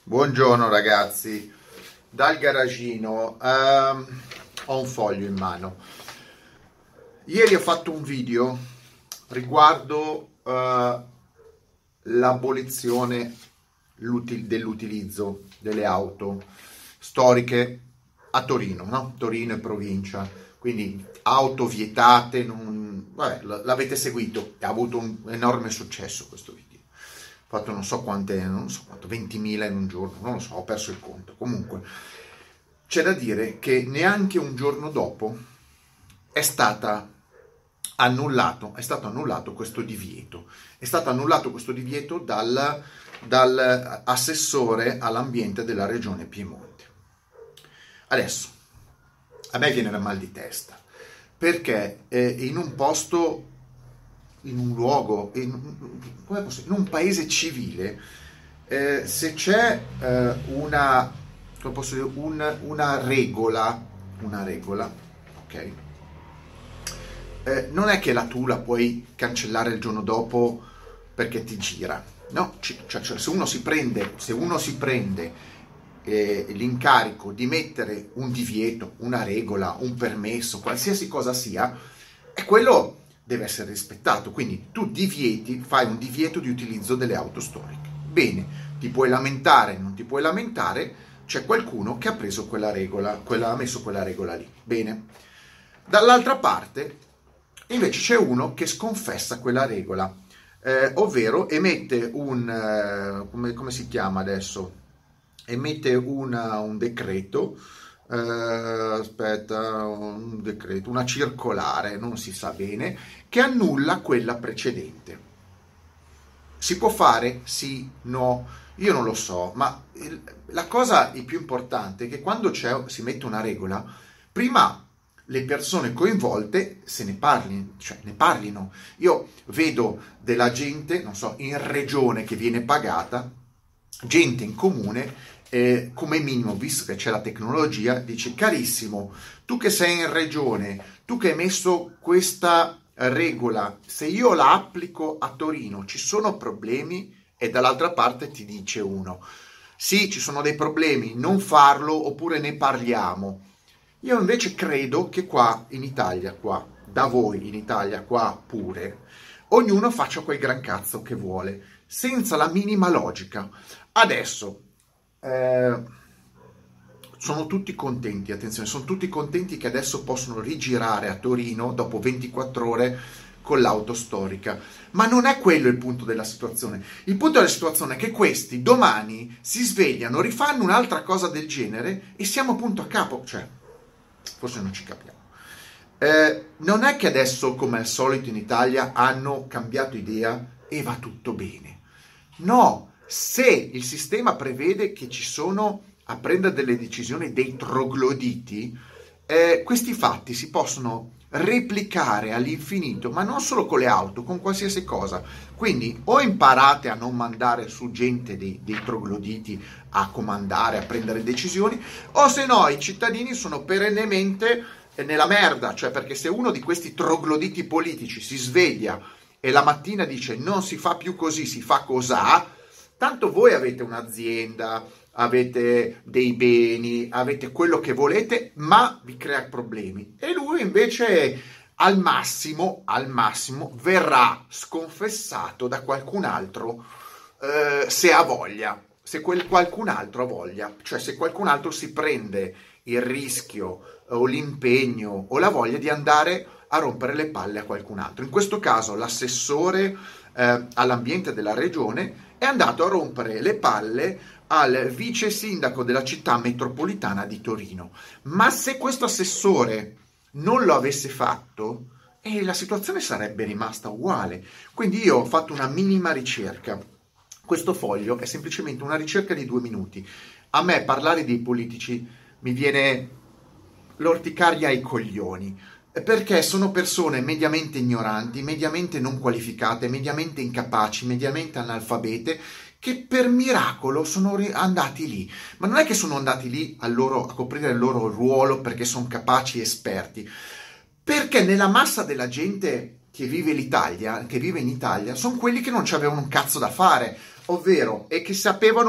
Buongiorno ragazzi, dal garagino ho un foglio in mano. Ieri ho fatto un video riguardo l'abolizione dell'utilizzo delle auto storiche a Torino, no? Torino e provincia, quindi auto vietate, vabbè, l'avete seguito, ha avuto un enorme successo questo video. Ho fatto non so quanto, 20.000 in un giorno, non lo so, ho perso il conto. Comunque, c'è da dire che neanche un giorno dopo è stato annullato questo divieto. È stato annullato questo divieto dal assessore all'ambiente della regione Piemonte. Adesso, a me viene il mal di testa, perché in un posto, in un luogo, in un paese civile, se c'è una regola, ok? Non è che tu la puoi cancellare il giorno dopo perché ti gira, no? Cioè, se uno si prende l'incarico di mettere un divieto, una regola, un permesso, qualsiasi cosa sia, è quello deve essere rispettato. Quindi tu fai un divieto di utilizzo delle auto storiche. Bene, ti puoi lamentare, non ti puoi lamentare, c'è qualcuno che ha preso quella regola, ha messo quella regola lì. Bene. Dall'altra parte, invece, c'è uno che sconfessa quella regola, ovvero emette come si chiama adesso? Emette un decreto, un decreto, una circolare, non si sa bene, che annulla quella precedente. Si può fare? Sì, no, io non lo so, ma la cosa più importante è che quando si mette una regola, prima le persone coinvolte ne parlino. Io vedo della gente, non so, in regione che viene pagata, gente in comune, come minimo, visto che c'è la tecnologia, dice: carissimo, tu che sei in regione, tu che hai messo questa regola, se io la applico a Torino ci sono problemi? E dall'altra parte ti dice uno: sì, ci sono dei problemi, non farlo, oppure ne parliamo. Io invece credo che qua in Italia, da voi in Italia, qua pure, ognuno faccia quel gran cazzo che vuole, senza la minima logica. Adesso sono tutti contenti, attenzione, sono tutti contenti che adesso possono rigirare a Torino dopo 24 ore con l'auto storica, ma non è quello il punto della situazione. Il punto della situazione è che questi domani si svegliano, rifanno un'altra cosa del genere e siamo punto a capo, cioè forse non ci capiamo. Non è che adesso, come al solito in Italia, hanno cambiato idea e va tutto bene. No, se il sistema prevede che ci sono a prendere delle decisioni dei trogloditi, questi fatti si possono replicare all'infinito, ma non solo con le auto, con qualsiasi cosa. Quindi o imparate a non mandare su gente dei trogloditi a comandare, a prendere decisioni, o se no i cittadini sono perennemente nella merda, cioè perché se uno di questi trogloditi politici si sveglia e la mattina dice non si fa più così, si fa cos'ha, tanto voi avete un'azienda, avete dei beni, avete quello che volete, ma vi crea problemi. E lui invece al massimo verrà sconfessato da qualcun altro, se ha voglia, se qualcun altro ha voglia, cioè se qualcun altro si prende il rischio o l'impegno o la voglia di andare a rompere le palle a qualcun altro. In questo caso l'assessore all'ambiente della regione è andato a rompere le palle al vice sindaco della città metropolitana di Torino. Ma se questo assessore non lo avesse fatto, la situazione sarebbe rimasta uguale. Quindi io ho fatto una minima ricerca. Questo foglio è semplicemente una ricerca di 2 minuti. A me parlare dei politici mi viene l'orticaria ai coglioni, perché sono persone mediamente ignoranti, mediamente non qualificate, mediamente incapaci, mediamente analfabete, che per miracolo sono andati lì. Ma non è che sono andati lì a coprire il loro ruolo perché sono capaci e esperti, perché nella massa della gente che vive in Italia, sono quelli che non ci avevano un cazzo da fare, ovvero, e che sapevano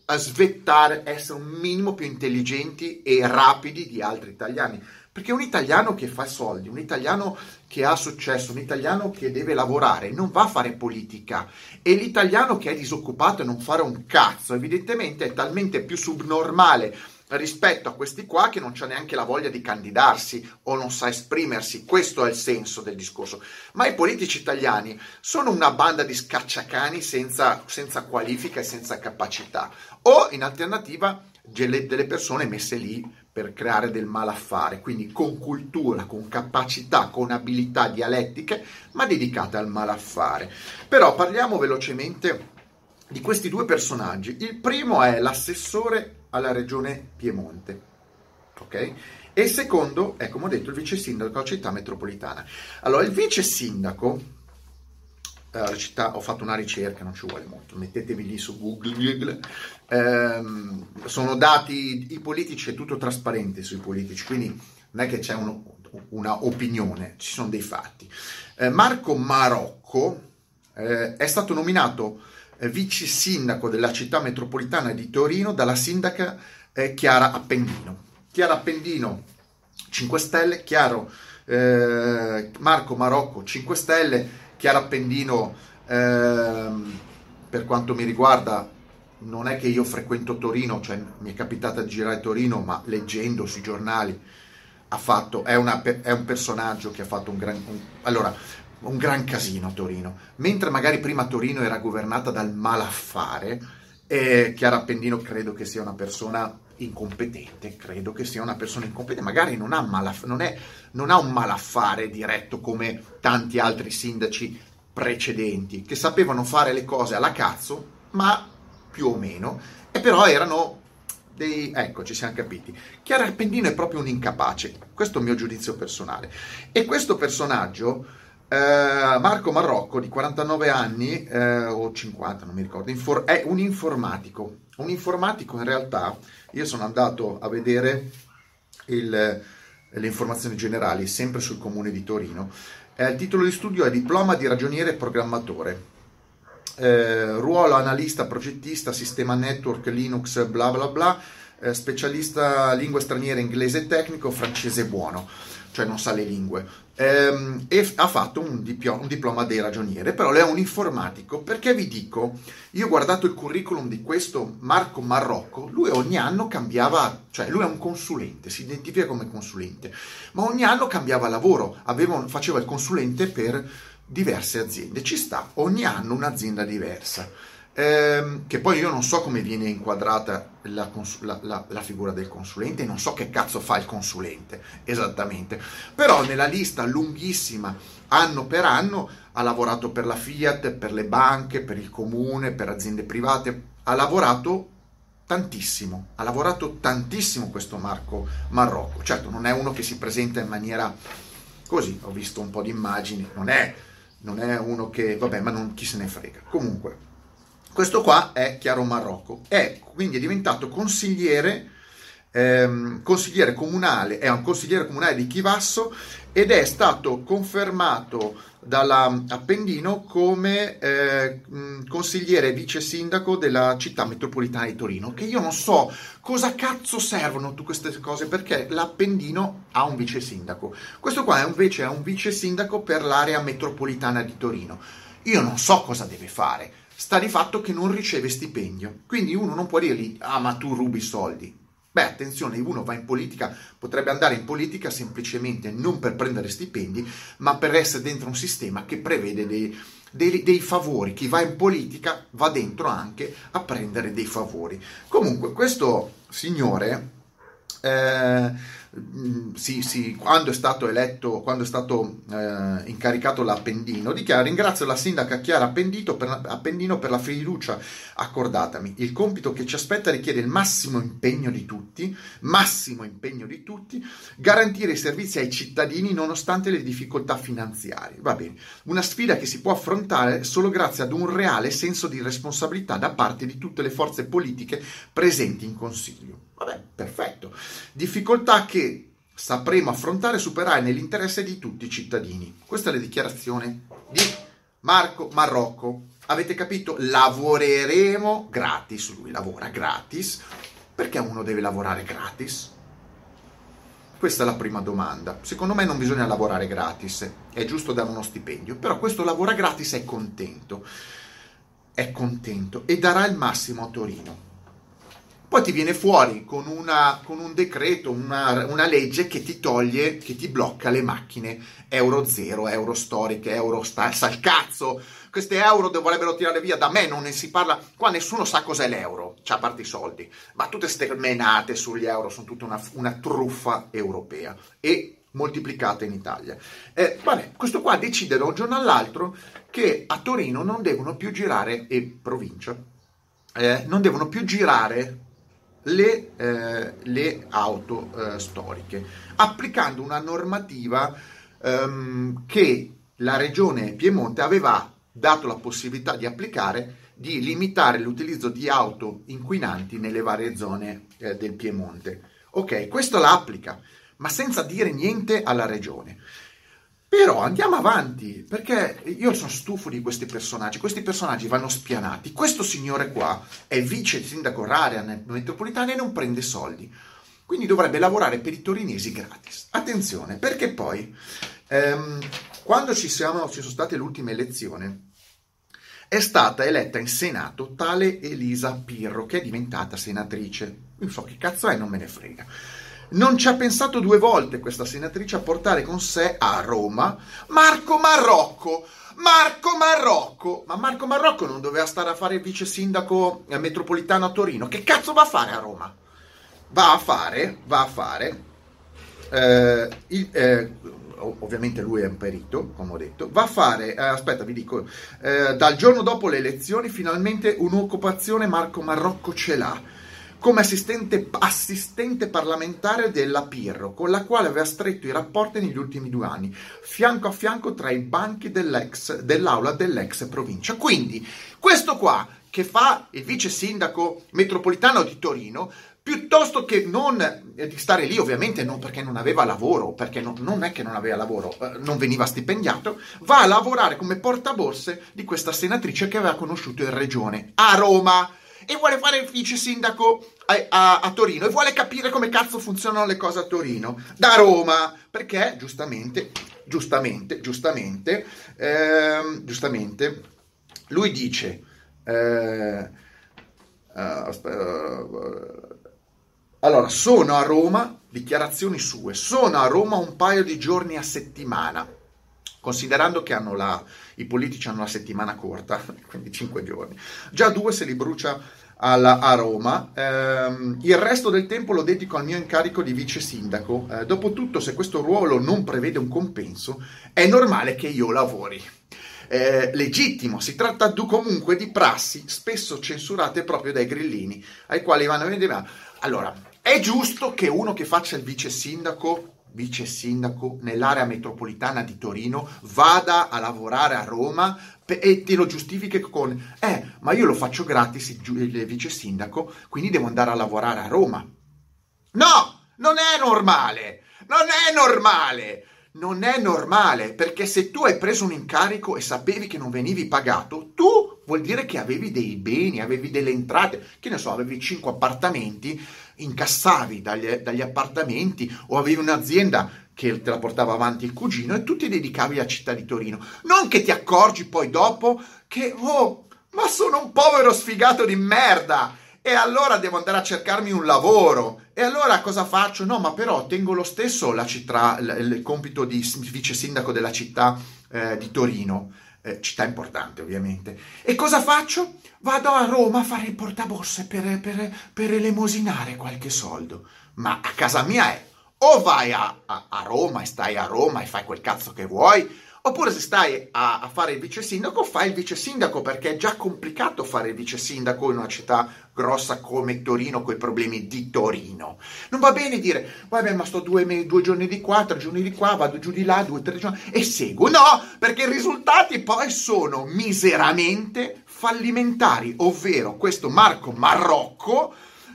a svettare, essere un minimo più intelligenti e rapidi di altri italiani. Perché un italiano che fa soldi, un italiano che ha successo, un italiano che deve lavorare, non va a fare politica. E l'italiano che è disoccupato e non fare un cazzo, evidentemente è talmente più subnormale rispetto a questi qua che non c'ha neanche la voglia di candidarsi o non sa esprimersi. Questo è il senso del discorso. Ma i politici italiani sono una banda di scacciacani senza qualifica e senza capacità, o in alternativa delle persone messe lì per creare del malaffare, quindi con cultura, con capacità, con abilità dialettiche, ma dedicate al malaffare. Però parliamo velocemente di questi due personaggi. Il primo è l'assessore alla regione Piemonte, ok? E il secondo è, come ho detto, il vice sindaco della città metropolitana. Allora, il vice sindaco, la città, ho fatto una ricerca, non ci vuole molto, mettetevi lì su Google, sono dati, i politici, è tutto trasparente sui politici, quindi non è che c'è una opinione, ci sono dei fatti. Marco Marocco è stato nominato vice sindaco della città metropolitana di Torino dalla sindaca Chiara Appendino. Chiara Appendino 5 Stelle, Marco Marocco 5 Stelle, Chiara Appendino per quanto mi riguarda non è che io frequento Torino, cioè mi è capitata di girare Torino, ma leggendo sui giornali è un personaggio che ha fatto un gran casino a Torino, mentre magari prima Torino era governata dal malaffare. Chiara Appendino credo che sia una persona incompetente, magari non ha un malaffare diretto come tanti altri sindaci precedenti, che sapevano fare le cose alla cazzo, ma più o meno, e però erano ecco, ci siamo capiti. Chiara Appendino è proprio un incapace, questo è il mio giudizio personale, e questo personaggio Marco Marocco, di 49 anni o 50, non mi ricordo, è un informatico. Un informatico, in realtà, io sono andato a vedere le informazioni generali, sempre sul comune di Torino. Il titolo di studio è Diploma di ragioniere e programmatore. Ruolo analista, progettista, sistema network, Linux, bla bla bla, specialista lingue straniere, inglese tecnico, francese buono, cioè non sa le lingue. E ha fatto un diploma di ragioniere, però lei è un informatico. Perché vi dico, io ho guardato il curriculum di questo Marco Marocco, lui ogni anno cambiava, cioè lui è un consulente, si identifica come consulente, ma ogni anno cambiava lavoro, faceva il consulente per diverse aziende, ci sta, ogni anno un'azienda diversa. Che poi io non so come viene inquadrata la figura del consulente, non so che cazzo fa il consulente esattamente, però nella lista lunghissima, anno per anno, ha lavorato per la Fiat, per le banche, per il comune, per aziende private, ha lavorato tantissimo questo Marco Marocco. Certo, non è uno che si presenta in maniera così, ho visto un po' di immagini, non è uno che, vabbè, ma chi se ne frega. Comunque, questo qua è Chiaro Marocco, quindi è diventato consigliere comunale, è un consigliere comunale di Chivasso, ed è stato confermato dalla Appendino come consigliere vice sindaco della città metropolitana di Torino, che io non so cosa cazzo servono tutte queste cose, perché l'Appendino ha un vice sindaco, questo qua invece è un vice sindaco per l'area metropolitana di Torino. Io non so cosa deve fare, sta di fatto che non riceve stipendio, quindi uno non può dirgli ma tu rubi soldi. Beh, attenzione, uno va in politica, potrebbe andare in politica semplicemente non per prendere stipendi, ma per essere dentro un sistema che prevede dei favori. Chi va in politica va dentro anche a prendere dei favori. Comunque, questo signore, quando è stato incaricato l'Appendino, dichiara: ringrazio la sindaca Chiara Appendino per la fiducia accordatami. Il compito che ci aspetta richiede il massimo impegno di tutti, garantire i servizi ai cittadini nonostante le difficoltà finanziarie. Va bene, una sfida che si può affrontare solo grazie ad un reale senso di responsabilità da parte di tutte le forze politiche presenti in Consiglio. Vabbè, perfetto. Difficoltà che sapremo affrontare e superare nell'interesse di tutti i cittadini. Questa è la dichiarazione di Marco Marocco. Avete capito? Lavoreremo gratis, lui lavora gratis. Perché uno deve lavorare gratis? Questa è la prima domanda. Secondo me non bisogna lavorare gratis, è giusto dare uno stipendio, però questo lavora gratis è contento e darà il massimo a Torino. Poi ti viene fuori con un decreto, una legge che ti toglie, che ti blocca le macchine euro zero, euro storiche, euro al cazzo. Queste euro dovrebbero tirare via, da me non ne si parla, qua nessuno sa cos'è l'euro, a parte i soldi, ma tutte ste menate sugli euro sono tutta una truffa europea e moltiplicata in Italia. Questo qua decide da un giorno all'altro che a Torino non devono più girare, e provincia, non devono più girare le auto storiche, applicando una normativa che la regione Piemonte aveva dato la possibilità di applicare, di limitare l'utilizzo di auto inquinanti nelle varie zone del Piemonte. Ok, questo la applica, ma senza dire niente alla regione. Però andiamo avanti, perché io sono stufo di questi personaggi vanno spianati. Questo signore qua è vice sindaco area metropolitana e non prende soldi, quindi dovrebbe lavorare per i torinesi gratis. Attenzione, perché poi quando ci sono state le ultime elezioni è stata eletta in Senato tale Elisa Pirro, che è diventata senatrice. Non so che cazzo è, non me ne frega. Non ci ha pensato due volte questa senatrice a portare con sé a Roma Marco Marrocco. Ma Marco Marrocco non doveva stare a fare il vice sindaco metropolitano a Torino. Che cazzo va a fare a Roma? Va a fare ovviamente lui è un perito, come ho detto, va a fare, aspetta vi dico, dal giorno dopo le elezioni finalmente un'occupazione Marco Marrocco ce l'ha, come assistente parlamentare della Pirro, con la quale aveva stretto i rapporti negli ultimi 2 anni, fianco a fianco tra i banchi dell'aula dell'ex provincia. Quindi, questo qua, che fa il vice sindaco metropolitano di Torino, piuttosto che non di stare lì, ovviamente non perché non aveva lavoro, perché non è che non aveva lavoro, non veniva stipendiato, va a lavorare come portaborse di questa senatrice che aveva conosciuto in regione, a Roma, e vuole fare il vice sindaco a Torino e vuole capire come cazzo funzionano le cose a Torino da Roma, perché giustamente lui dice allora, sono a Roma, dichiarazioni sue, sono a Roma un paio di giorni a settimana, considerando che i politici hanno la settimana corta, quindi 5 giorni, già 2 se li brucia a Roma, il resto del tempo lo dedico al mio incarico di vice sindaco, dopotutto se questo ruolo non prevede un compenso è normale che io lavori. Legittimo, si tratta comunque di prassi spesso censurate proprio dai grillini, ai quali vanno a vedere. Allora, è giusto che uno che faccia il vice sindaco nell'area metropolitana di Torino vada a lavorare a Roma e te lo giustifichi con ma io lo faccio gratis il vice sindaco, quindi devo andare a lavorare a Roma. No, non è normale, perché se tu hai preso un incarico e sapevi che non venivi pagato, tu vuol dire che avevi dei beni, avevi delle entrate, che ne so, avevi 5 appartamenti, incassavi dagli appartamenti, o avevi un'azienda che te la portava avanti il cugino e tu ti dedicavi alla città di Torino. Non che ti accorgi poi dopo che, ma sono un povero sfigato di merda e allora devo andare a cercarmi un lavoro. E allora cosa faccio? No, ma però tengo lo stesso il compito di vice sindaco della città di Torino, città importante ovviamente. E cosa faccio? Vado a Roma a fare il portaborse per elemosinare qualche soldo. Ma a casa mia è o vai a Roma e stai a Roma e fai quel cazzo che vuoi, oppure se stai a fare il vice sindaco, fai il vice sindaco, perché è già complicato fare il vice sindaco in una città grossa come Torino, con i problemi di Torino. Non va bene dire, vabbè, ma sto 2 giorni di qua, 3 giorni di qua, vado giù di là, 2-3 giorni, e seguo. No, perché i risultati poi sono miseramente fallimentari, ovvero questo Marco Marrocco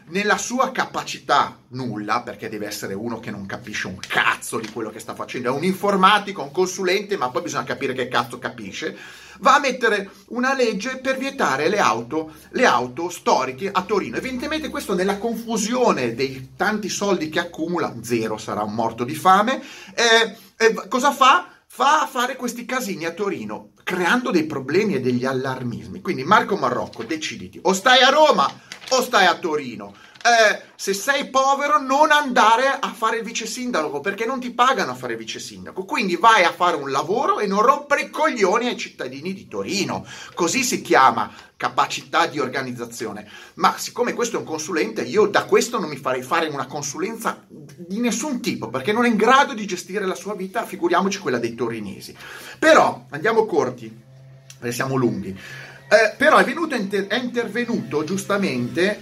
nella sua capacità nulla, perché deve essere uno che non capisce un cazzo di quello che sta facendo, è un informatico, un consulente, ma poi bisogna capire che cazzo capisce, va a mettere una legge per vietare le auto storiche a Torino. Evidentemente questo, nella confusione dei tanti soldi che accumula, zero, sarà un morto di fame, cosa fa? Fa a fare questi casini a Torino, creando dei problemi e degli allarmismi. Quindi Marco Marrocco, deciditi, o stai a Roma o stai a Torino. Se sei povero, non andare a fare il vice sindaco, perché non ti pagano a fare il vice sindaco, quindi vai a fare un lavoro e non rompere i coglioni ai cittadini di Torino. Così si chiama capacità di organizzazione. Ma siccome questo è un consulente, io da questo non mi farei fare una consulenza di nessun tipo, perché non è in grado di gestire la sua vita, figuriamoci quella dei torinesi. Però andiamo corti, perché siamo lunghi. Però è intervenuto giustamente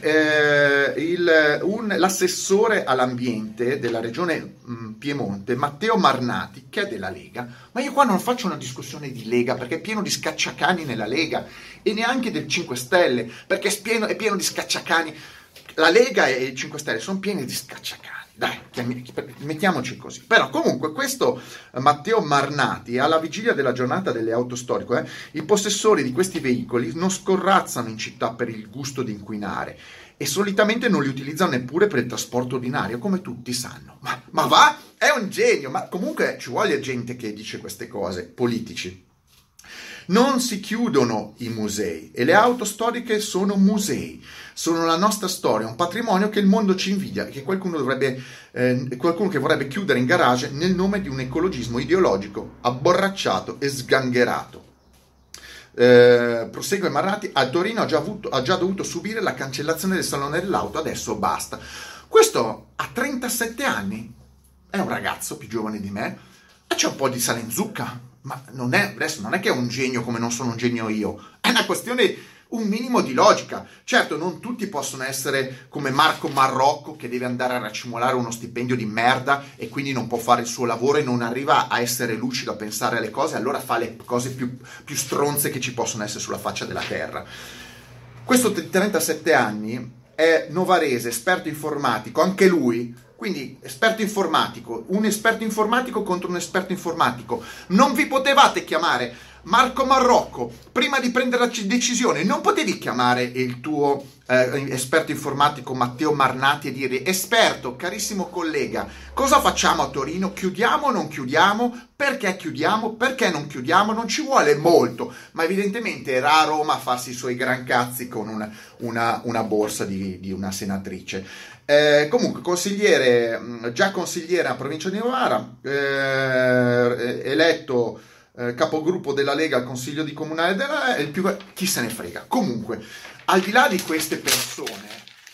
l'assessore all'ambiente della regione Piemonte, Matteo Marnati, che è della Lega. Ma io qua non faccio una discussione di Lega, perché è pieno di scacciacani nella Lega, e neanche del 5 Stelle, perché è pieno di scacciacani. La Lega e i 5 Stelle sono pieni di scacciacani. Dai, mettiamoci così. Però comunque questo Matteo Marnati, alla vigilia della giornata delle auto storiche, i possessori di questi veicoli non scorrazzano in città per il gusto di inquinare e solitamente non li utilizzano neppure per il trasporto ordinario, come tutti sanno. Ma va? È un genio, ma comunque ci vuole gente che dice queste cose, politici. Non si chiudono i musei e le auto storiche sono musei, sono la nostra storia, un patrimonio che il mondo ci invidia e che qualcuno che vorrebbe chiudere in garage nel nome di un ecologismo ideologico, abborracciato e sgangherato. Prosegue Marnati, a Torino ha già dovuto subire la cancellazione del salone dell'auto, adesso basta. Questo ha 37 anni, è un ragazzo più giovane di me e c'è un po' di sale in zucca. Ma adesso non è che è un genio come non sono un genio io, è una questione, un minimo di logica. Certo, non tutti possono essere come Marco Marrocco, che deve andare a racimolare uno stipendio di merda e quindi non può fare il suo lavoro e non arriva a essere lucido, a pensare alle cose, allora fa le cose più stronze che ci possono essere sulla faccia della terra. Questo di 37 anni è novarese, esperto informatico, anche lui. Quindi esperto informatico, un esperto informatico contro un esperto informatico. Non vi potevate chiamare Marco Marrocco prima di prendere la decisione, non potevi chiamare il tuo esperto informatico Matteo Marnati e dirgli: esperto, carissimo collega, cosa facciamo a Torino? Chiudiamo o non chiudiamo? Perché chiudiamo? Perché non chiudiamo? Non ci vuole molto, ma evidentemente era a Roma a farsi i suoi gran cazzi con una borsa di una senatrice. Comunque già consigliere a provincia di Novara, eletto capogruppo della Lega al consiglio di comunale chi se ne frega. Comunque, al di là di queste persone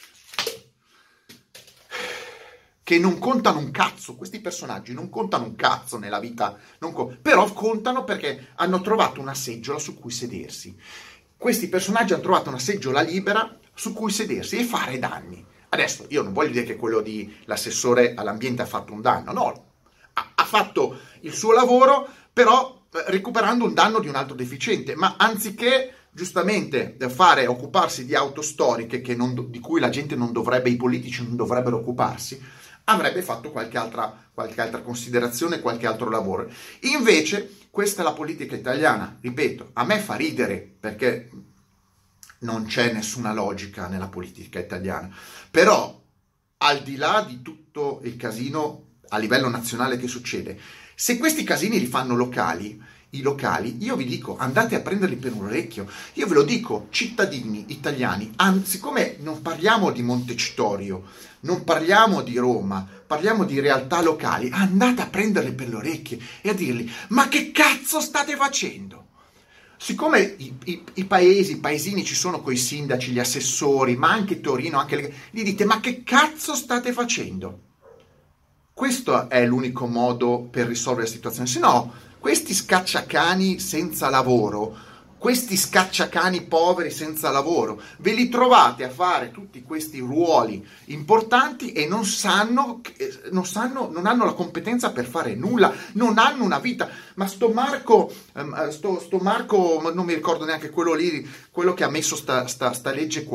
che non contano un cazzo, questi personaggi non contano un cazzo nella vita, però contano perché hanno trovato una seggiola su cui sedersi. Questi personaggi hanno trovato una seggiola libera su cui sedersi e fare danni. Adesso io non voglio dire che quello di l'assessore all'ambiente ha fatto un danno, no, ha fatto il suo lavoro, però recuperando un danno di un altro deficiente, ma anziché giustamente occuparsi di auto storiche di cui la gente non dovrebbe, i politici non dovrebbero occuparsi, avrebbe fatto qualche altra considerazione, qualche altro lavoro. Invece questa è la politica italiana, ripeto, a me fa ridere perché non c'è nessuna logica nella politica italiana, però al di là di tutto il casino a livello nazionale che succede, se questi casini li fanno i locali, io vi dico, andate a prenderli per un orecchio. Io ve lo dico, cittadini italiani, siccome non parliamo di Montecitorio, non parliamo di Roma, parliamo di realtà locali, andate a prenderli per le orecchie e a dirgli: ma che cazzo state facendo? Siccome i paesini ci sono coi sindaci, gli assessori, ma anche Torino, gli dite: ma che cazzo state facendo? Questo è l'unico modo per risolvere la situazione, se no questi scacciacani senza lavoro, questi scacciacani poveri senza lavoro, ve li trovate a fare tutti questi ruoli importanti e non hanno la competenza per fare nulla, non hanno una vita. Ma sto Marco, non mi ricordo neanche quello lì, quello che ha messo sta legge qua,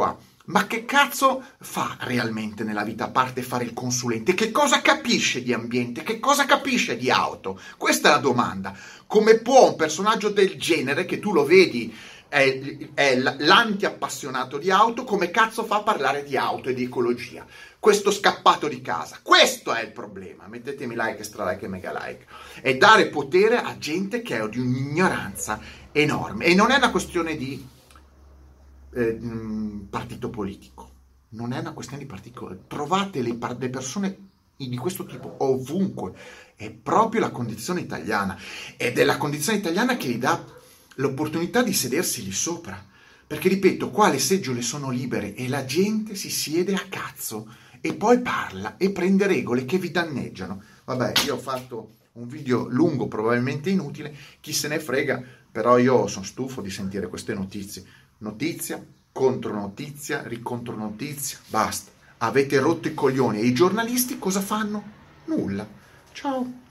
Ma che cazzo fa realmente nella vita a parte fare il consulente? Che cosa capisce di ambiente? Che cosa capisce di auto? Questa è la domanda. Come può un personaggio del genere, che tu lo vedi, è l'anti-appassionato di auto, come cazzo fa a parlare di auto e di ecologia? Questo scappato di casa. Questo è il problema. Mettetemi like, stralike e mega like. È dare potere a gente che è di un'ignoranza enorme. E non è una questione di partito politico, non è una questione di partito. Trovate le persone di questo tipo ovunque, è proprio la condizione italiana, ed è la condizione italiana che gli dà l'opportunità di sedersi lì sopra, perché ripeto, qua le seggiole sono libere e la gente si siede a cazzo e poi parla e prende regole che vi danneggiano. Vabbè, io ho fatto un video lungo, probabilmente inutile, chi se ne frega, però io sono stufo di sentire queste notizie. Notizia, contronotizia, ricontronotizia, basta. Avete rotto i coglioni e i giornalisti cosa fanno? Nulla. Ciao.